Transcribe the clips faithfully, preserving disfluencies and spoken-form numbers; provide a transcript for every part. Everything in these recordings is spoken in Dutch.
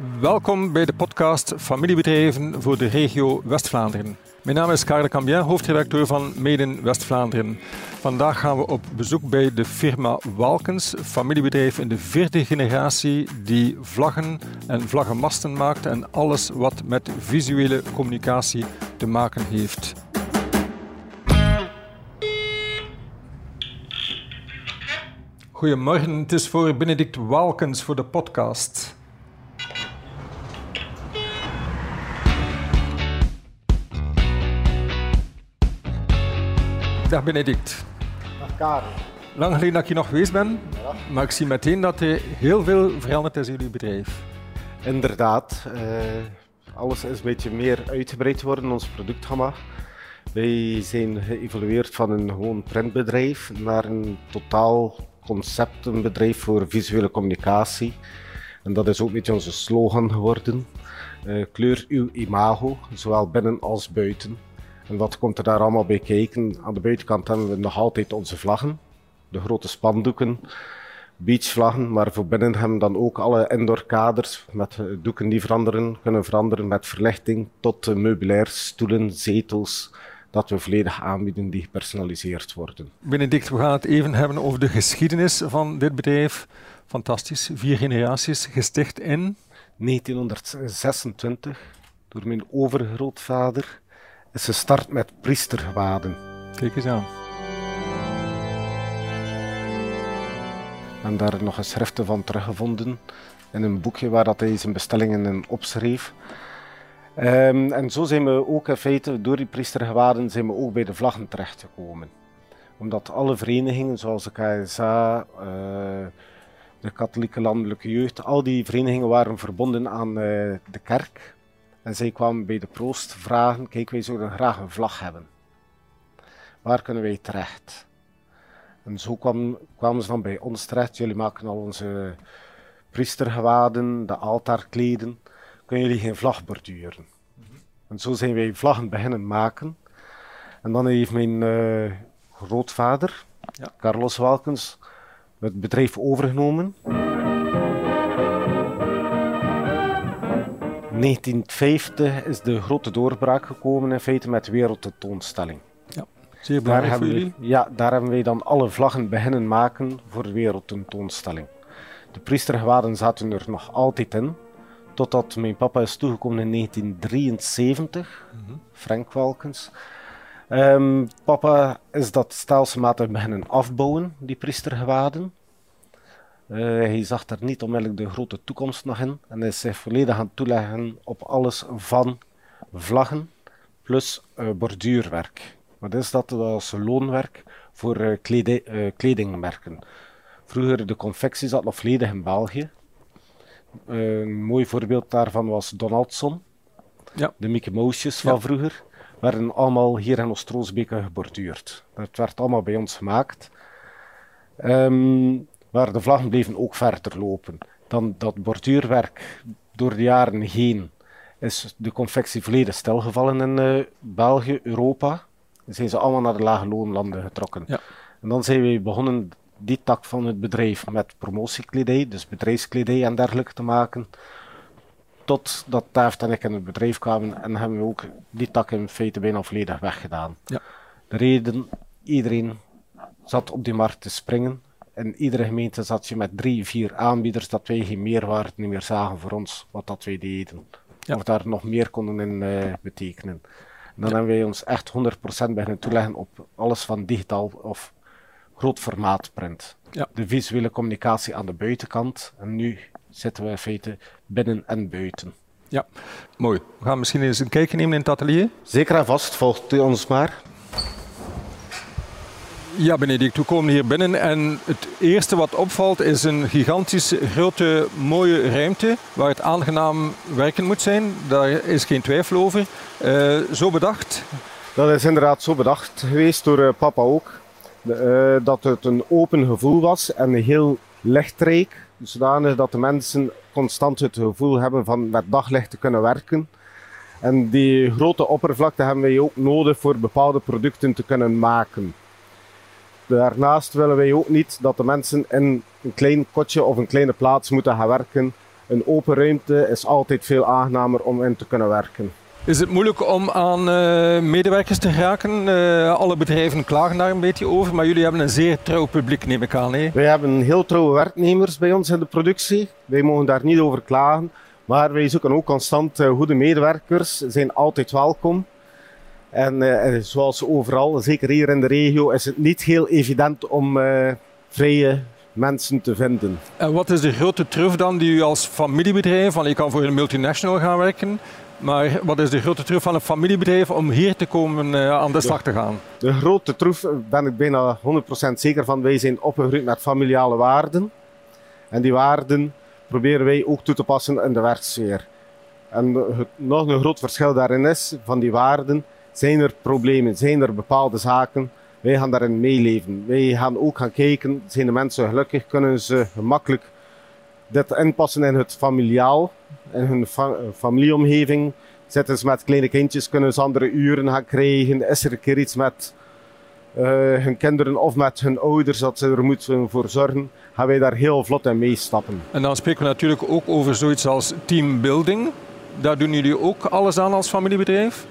Welkom bij de podcast Familiebedrijven voor de regio West-Vlaanderen. Mijn naam is Karel Cambien, hoofdredacteur van Made in West-Vlaanderen. Vandaag gaan we op bezoek bij de firma Walkens, familiebedrijf in de vierde generatie die vlaggen en vlaggenmasten maakt en alles wat met visuele communicatie te maken heeft. Goedemorgen, het is voor Benedict Walkens voor de podcast. Dag Benedict. Dag Karel. Lang geleden dat ik hier nog geweest ben, ja. Maar ik zie meteen dat er heel veel veranderd is in jullie bedrijf. Inderdaad, uh, alles is een beetje meer uitgebreid geworden, ons productgamma. Wij zijn geëvolueerd van een gewoon printbedrijf naar een totaal conceptenbedrijf voor visuele communicatie. En dat is ook een beetje onze slogan geworden. Uh, kleur uw imago, zowel binnen als buiten. En wat komt er daar allemaal bij kijken? Aan de buitenkant hebben we nog altijd onze vlaggen, de grote spandoeken, beachvlaggen, maar voor binnen hebben we dan ook alle indoorkaders met doeken die veranderen, kunnen veranderen met verlichting tot meubilair, stoelen, zetels, dat we volledig aanbieden die gepersonaliseerd worden. Benedict, we gaan het even hebben over de geschiedenis van dit bedrijf. Fantastisch, vier generaties, gesticht in negentienhonderdzesentwintig door mijn overgrootvader. Is gestart met priestergewaden. Kijk eens aan. En daar nog geschriften van teruggevonden in een boekje waar dat hij zijn bestellingen in opschreef. Um, en zo zijn we ook in feite, door die priestergewaden, zijn we ook bij de vlaggen terechtgekomen. Omdat alle verenigingen, zoals de K S A, uh, de Katholieke Landelijke Jeugd, al die verenigingen waren verbonden aan uh, de kerk. En zij kwamen bij de proost vragen, kijk, wij zouden graag een vlag hebben. Waar kunnen wij terecht? En zo kwam, kwamen ze dan bij ons terecht. Jullie maken al onze priestergewaden, de altaarkleden. Kunnen jullie geen vlag borduren? Mm-hmm. En zo zijn wij vlaggen beginnen maken. En dan heeft mijn uh, grootvader, ja. Carlos Walkens, het bedrijf overgenomen. negentien vijftig is de grote doorbraak gekomen in feite met de wereldtentoonstelling. Ja, zeer belangrijk voor jullie. We, ja, daar hebben wij dan alle vlaggen beginnen maken voor de wereldtentoonstelling. De priestergewaden zaten er nog altijd in, totdat mijn papa is toegekomen in negentien drieënzeventig, mm-hmm. Frank Walkens. Um, papa is dat stelselmatig beginnen afbouwen, die priestergewaden. Uh, hij zag er niet onmiddellijk de grote toekomst nog in en hij is zich volledig gaan toeleggen op alles van vlaggen plus uh, borduurwerk. Wat is dat? Dat was loonwerk voor uh, kledi- uh, kledingmerken. Vroeger de confectie zat nog volledig in België. Uh, een mooi voorbeeld daarvan was Donaldson. Ja. De Mickey Mouse's van ja. vroeger werden allemaal hier in Oost-Roosbeke geborduurd. Dat werd allemaal bij ons gemaakt. Um, Maar de vlaggen bleven ook verder lopen. Dan dat borduurwerk door de jaren heen is de confectie volledig stilgevallen in uh, België, Europa. Dan zijn ze allemaal naar de lage loonlanden getrokken. Ja. En dan zijn we begonnen die tak van het bedrijf met promotiekledij, dus bedrijfskledij en dergelijke te maken. Totdat Taft en ik in het bedrijf kwamen en hebben we ook die tak in feite bijna volledig weggedaan. Ja. De reden, iedereen zat op die markt te springen. In iedere gemeente zat je met drie, vier aanbieders dat wij geen meerwaarde meer zagen voor ons, wat dat wij deden. Ja. Of daar nog meer konden in uh, betekenen. En dan ja. hebben wij ons echt honderd procent beginnen toeleggen op alles van digitaal of groot formaat print. Ja. De visuele communicatie aan de buitenkant. En nu zitten we in feite binnen en buiten. Ja, mooi. We gaan misschien eens een kijkje nemen in het atelier. Zeker en vast, volgt u ons maar. Ja, Benedict, we komen hier binnen en het eerste wat opvalt is een gigantisch grote mooie ruimte waar het aangenaam werken moet zijn. Daar is geen twijfel over. Uh, zo bedacht? Dat is inderdaad zo bedacht geweest door uh, papa ook. De, uh, dat het een open gevoel was en heel lichtrijk. Zodanig dat de mensen constant het gevoel hebben van met daglicht te kunnen werken. En die grote oppervlakte hebben wij ook nodig voor bepaalde producten te kunnen maken. Daarnaast willen wij ook niet dat de mensen in een klein kotje of een kleine plaats moeten gaan werken Een open ruimte is altijd veel aangenamer om in te kunnen werken. Is het moeilijk om aan uh, medewerkers te geraken? Uh, alle bedrijven klagen daar een beetje over, maar jullie hebben een zeer trouw publiek, neem ik aan. Hè? Wij hebben heel trouwe werknemers bij ons in de productie. Wij mogen daar niet over klagen. Maar wij zoeken ook constant uh, goede medewerkers. Ze zijn altijd welkom. En uh, zoals overal, zeker hier in de regio, is het niet heel evident om uh, vrije mensen te vinden. En wat is de grote truf dan die u als familiebedrijf, want je kan voor een multinational gaan werken, maar wat is de grote truf van een familiebedrijf om hier te komen uh, aan de slag te gaan? De, de grote truf, ben ik bijna honderd procent zeker van, wij zijn opgegroeid met familiale waarden. En die waarden proberen wij ook toe te passen in de werksfeer. En het, nog een groot verschil daarin is, van die waarden, zijn er problemen, zijn er bepaalde zaken. Wij gaan daarin meeleven. Wij gaan ook gaan kijken, zijn de mensen gelukkig, kunnen ze gemakkelijk dit inpassen in het familiaal, in hun fa familieomgeving. Zitten ze met kleine kindjes, kunnen ze andere uren gaan krijgen. Is er een keer iets met uh, hun kinderen of met hun ouders dat ze er moeten voor zorgen, gaan wij daar heel vlot in meestappen. En dan spreken we natuurlijk ook over zoiets als teambuilding. Daar doen jullie ook alles aan als familiebedrijf?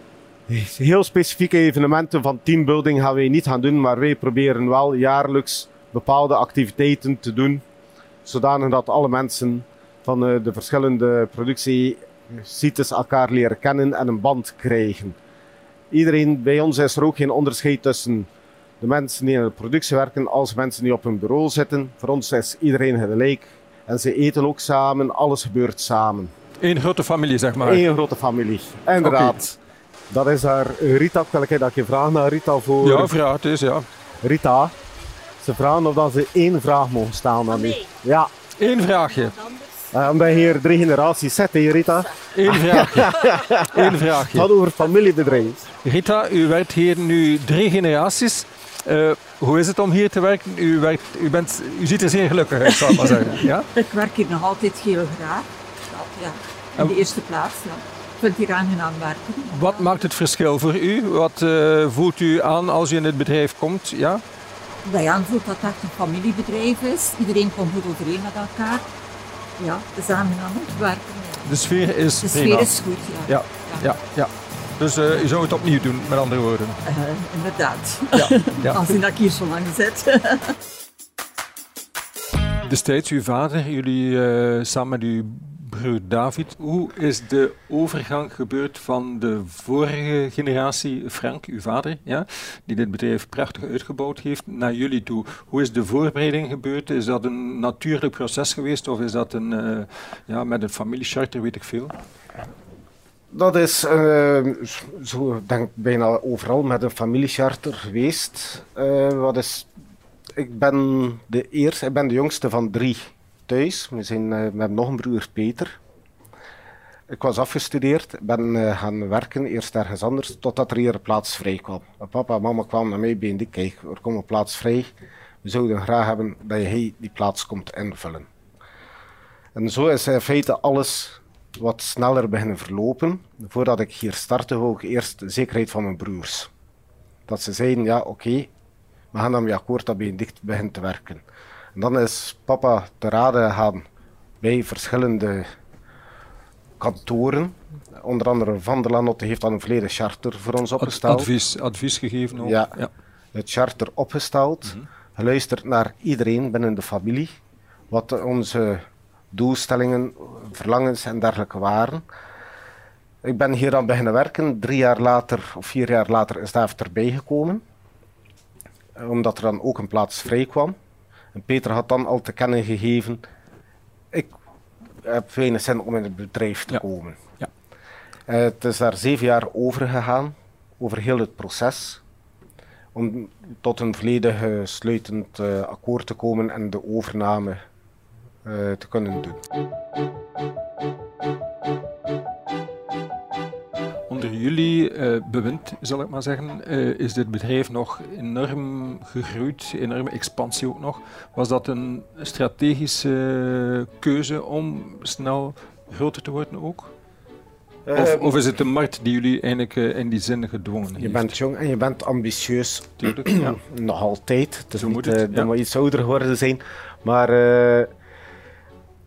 Heel specifieke evenementen van teambuilding gaan wij niet gaan doen, maar wij proberen wel jaarlijks bepaalde activiteiten te doen, zodanig dat alle mensen van de verschillende productiesites elkaar leren kennen en een band krijgen. Iedereen, bij ons is er ook geen onderscheid tussen de mensen die in de productie werken als mensen die op hun bureau zitten. Voor ons is iedereen gelijk en ze eten ook samen, alles gebeurt samen. Eén grote familie, zeg maar. Eén grote familie, inderdaad. Okay. Dat is daar Rita. Kan ik dat je vragen naar Rita voor? Ja, vraag het is, ja. Rita, ze vragen of dat ze één vraag mogen stellen aan u. Nee. Ja. Eén vraagje. Uh, omdat je hier drie generaties zit, hè, Rita? Eén vraagje. Eén vraagje. Het gaat over familiebedrijf. Rita, u werkt hier nu drie generaties. Uh, hoe is het om hier te werken? U, werkt, u, bent, u ziet er zeer gelukkig uit, zou ik maar zeggen. Ja? Ik werk hier nog altijd heel graag. Ja, in de eerste plaats. Ja. Ik vind het hier aangenaam werken. Wat maakt het verschil voor u? Wat uh, voelt u aan als u in het bedrijf komt? Ja? Dat je aanvoelt dat het echt een familiebedrijf is. Iedereen komt goed overeen met elkaar. Ja, het is aangenaam om te werken. Ja. De sfeer is De prima. sfeer is goed, ja. Ja, ja. ja, ja. Dus uh, u zou het opnieuw doen, met andere woorden? Uh, inderdaad. Ja, ja. Als ik hier zo lang zit. Destijds uw vader, jullie uh, samen met uw broer David, hoe is de overgang gebeurd van de vorige generatie, Frank, uw vader, ja, die dit bedrijf prachtig uitgebouwd heeft, naar jullie toe? Hoe is de voorbereiding gebeurd? Is dat een natuurlijk proces geweest of is dat een, uh, ja, met een familiecharter, weet ik veel? Dat is, uh, zo denk ik, bijna overal met een familiecharter geweest. Uh, wat is, ik, ben de eerste, ik ben de jongste van drie thuis. We, zijn, uh, we hebben nog een broer, Peter. Ik was afgestudeerd, ben uh, gaan werken, eerst ergens anders, totdat er hier een plaats vrij kwam. Papa en mama kwamen naar mij bij en die kijk, er komt een plaats vrij. We zouden graag hebben dat jij die plaats komt invullen. En zo is in feite alles wat sneller beginnen verlopen. Voordat ik hier startte, wou ik eerst de zekerheid van mijn broers. Dat ze zeiden, ja oké, okay, we gaan dan mee akkoord dat je dicht begint te werken. En dan is papa te raden gegaan bij verschillende kantoren. Onder andere Van der Lanotte heeft dan een volledig charter voor ons opgesteld. Advies, advies gegeven ook. Ja, ja, het charter opgesteld. Mm-hmm. Geluisterd naar iedereen binnen de familie. Wat onze doelstellingen, verlangens en dergelijke waren. Ik ben hier dan beginnen werken. Drie jaar later, of vier jaar later, is David erbij gekomen. Omdat er dan ook een plaats vrij kwam. En Peter had dan al te kennen gegeven, ik heb weinig zin om in het bedrijf te ja. komen. Ja. Uh, het is daar zeven jaar over gegaan, over heel het proces, om tot een volledig sluitend uh, akkoord te komen en de overname uh, te kunnen doen. Onder jullie uh, bewind, zal ik maar zeggen, uh, is dit bedrijf nog enorm gegroeid, enorme expansie ook nog. Was dat een strategische uh, keuze om snel groter te worden ook? Uh, of, of is het de markt die jullie eigenlijk uh, in die zin gedwongen heeft? Je bent jong en je bent ambitieus. Tuurlijk, ja. Nog altijd. Het is Zo niet moet het, uh, dat ja. we iets ouder geworden zijn. Maar uh,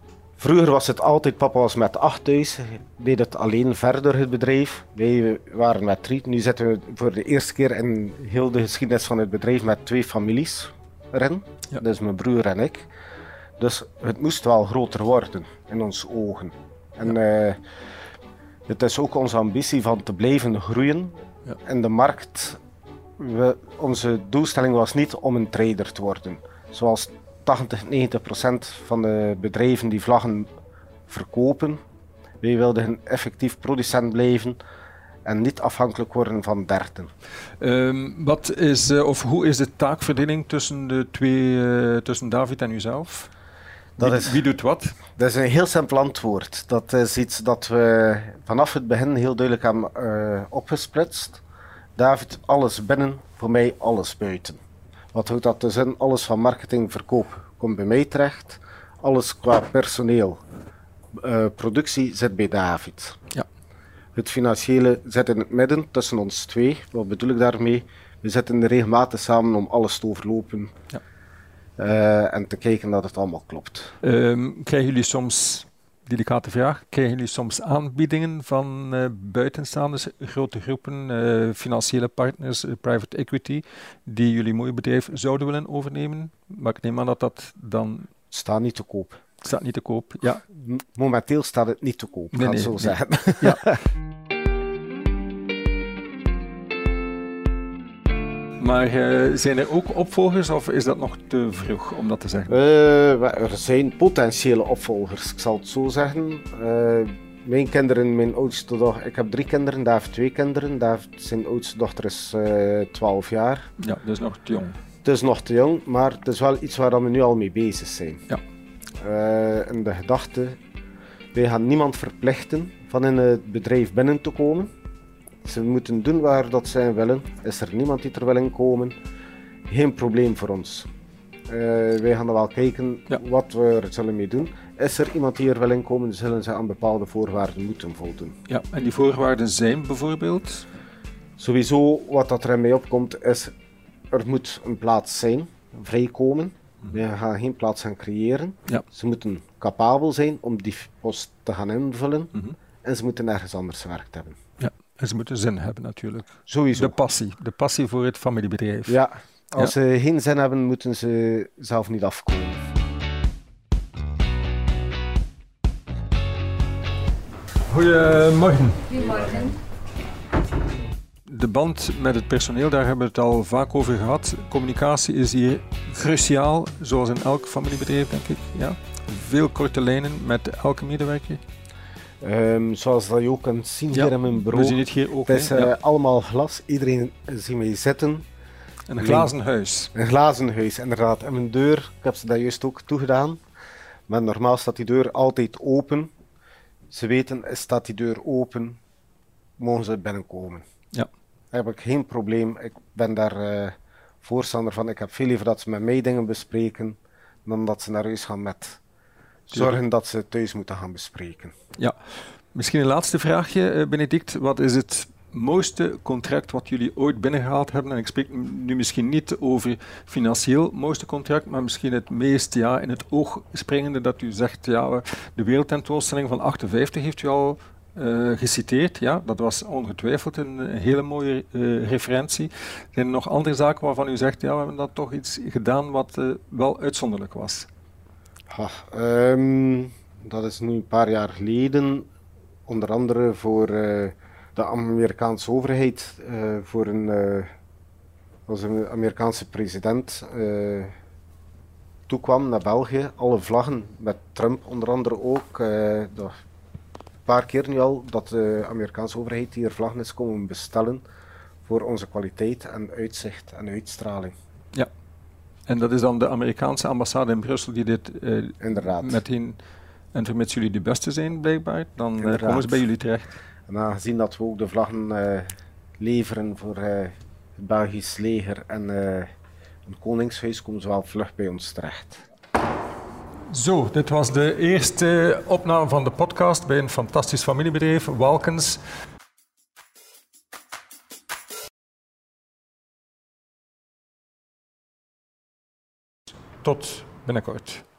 Vroeger was het altijd, papa was met acht thuis, deed het alleen verder het bedrijf. Wij waren met drie. Nu zitten we voor de eerste keer in heel de geschiedenis van het bedrijf met twee families erin. Ja. Dus mijn broer en ik. Dus het moest wel groter worden in onze ogen. En ja. uh, het is ook onze ambitie van te blijven groeien ja. in de markt. We, onze doelstelling was niet om een trader te worden. Zoals tachtig, negentig procent van de bedrijven die vlaggen verkopen. Wij wilden een effectief producent blijven en niet afhankelijk worden van derden. Um, wat is, uh, of hoe is de taakverdeling tussen de twee, uh, tussen David en uzelf? Dat wie, is, wie doet wat? Dat is een heel simpel antwoord. Dat is iets dat we vanaf het begin heel duidelijk hebben uh, opgesplitst. David, alles binnen, voor mij alles buiten. Wat houdt dat dus in? Alles van marketing, verkoop komt bij mij terecht. Alles qua personeel, uh, productie zit bij David. Ja. Het financiële zit in het midden tussen ons twee. Wat bedoel ik daarmee? We zitten regelmatig samen om alles te overlopen. Ja. Uh, en te kijken dat het allemaal klopt. Um, krijgen jullie soms, delicate vraag, krijgen jullie soms aanbiedingen van uh, buitenstaanders, grote groepen, uh, financiële partners, uh, private equity, die jullie mooie bedrijf zouden willen overnemen? Maar ik neem aan dat dat dan... Staat niet te koop. Staat niet te koop, ja. M- momenteel staat het niet te koop, nee, kan nee, zo nee. zeggen. Ja. Maar uh, zijn er ook opvolgers of is dat nog te vroeg om dat te zeggen? Uh, er zijn potentiële opvolgers, ik zal het zo zeggen. Uh, mijn kinderen, mijn oudste dochter, ik heb drie kinderen, David twee kinderen. David, zijn oudste dochter is uh, twaalf jaar. Ja, dat is nog te jong. Het is nog te jong, maar het is wel iets waar we nu al mee bezig zijn. Ja. Uh, in de gedachte, wij gaan niemand verplichten van in het bedrijf binnen te komen. Ze moeten doen waar dat zij willen. Is er niemand die er wil in komen? Geen probleem voor ons. Uh, wij gaan er wel kijken ja. wat we er zullen mee doen. Is er iemand die er wil in komen, dan zullen ze aan bepaalde voorwaarden moeten voldoen. Ja, en die voorwaarden zijn bijvoorbeeld? Sowieso, wat dat er in mij opkomt, is er moet een plaats zijn, vrijkomen. We gaan geen plaats gaan creëren. Ja. Ze moeten capabel zijn om die post te gaan invullen. Mm-hmm. En ze moeten ergens anders gewerkt hebben. Ja, en ze moeten zin hebben natuurlijk. Sowieso. De passie, de passie voor het familiebedrijf. Ja, als ja. ze geen zin hebben, moeten ze zelf niet afkomen. Goedemorgen. Goedemorgen. De band met het personeel, daar hebben we het al vaak over gehad. Communicatie is hier cruciaal, zoals in elk familiebedrijf, denk ik. Ja? Veel korte lijnen met elke medewerker. Um, zoals dat je ook kunt zien ja, hier in mijn bureau. We zien het hier ook. Het is uh, ja. allemaal glas. Iedereen ziet mij zitten. Een glazen huis. Een glazen huis, inderdaad. En mijn deur, ik heb ze dat juist ook toegedaan. Maar normaal staat die deur altijd open. Ze weten, staat die deur open, mogen ze binnenkomen. Ja. Daar heb ik geen probleem. Ik ben daar uh, voorstander van. Ik heb veel liever dat ze met mij dingen bespreken, dan dat ze naar huis gaan met zorgen dat ze thuis moeten gaan bespreken. Ja, misschien een laatste vraagje, Benedict. Wat is het mooiste contract wat jullie ooit binnengehaald hebben? En ik spreek nu misschien niet over financieel mooiste contract, maar misschien het meest ja, in het oog springende dat u zegt, ja, de wereldtentoonstelling van achtenvijftig heeft u al uh, geciteerd. Ja, dat was ongetwijfeld een, een hele mooie uh, referentie. Zijn er nog andere zaken waarvan u zegt, ja, we hebben dat toch iets gedaan wat uh, wel uitzonderlijk was? Ha, um, dat is nu een paar jaar geleden, onder andere voor uh, de Amerikaanse overheid, uh, voor een, uh, als een Amerikaanse president uh, toekwam naar België. Alle vlaggen, met Trump onder andere ook. Uh, dat, een paar keer nu al dat de Amerikaanse overheid hier vlaggen is komen bestellen voor onze kwaliteit en uitzicht en uitstraling. Ja. En dat is dan de Amerikaanse ambassade in Brussel die dit uh, meteen, en vermits jullie de beste zijn blijkbaar, dan uh, komen ze bij jullie terecht. En aangezien dat we ook de vlaggen uh, leveren voor uh, het Belgisch leger en uh, een koningshuis, komen ze wel vlug bij ons terecht. Zo, dit was de eerste opname van de podcast bij een fantastisch familiebedrijf, Walkens. Tot binnenkort.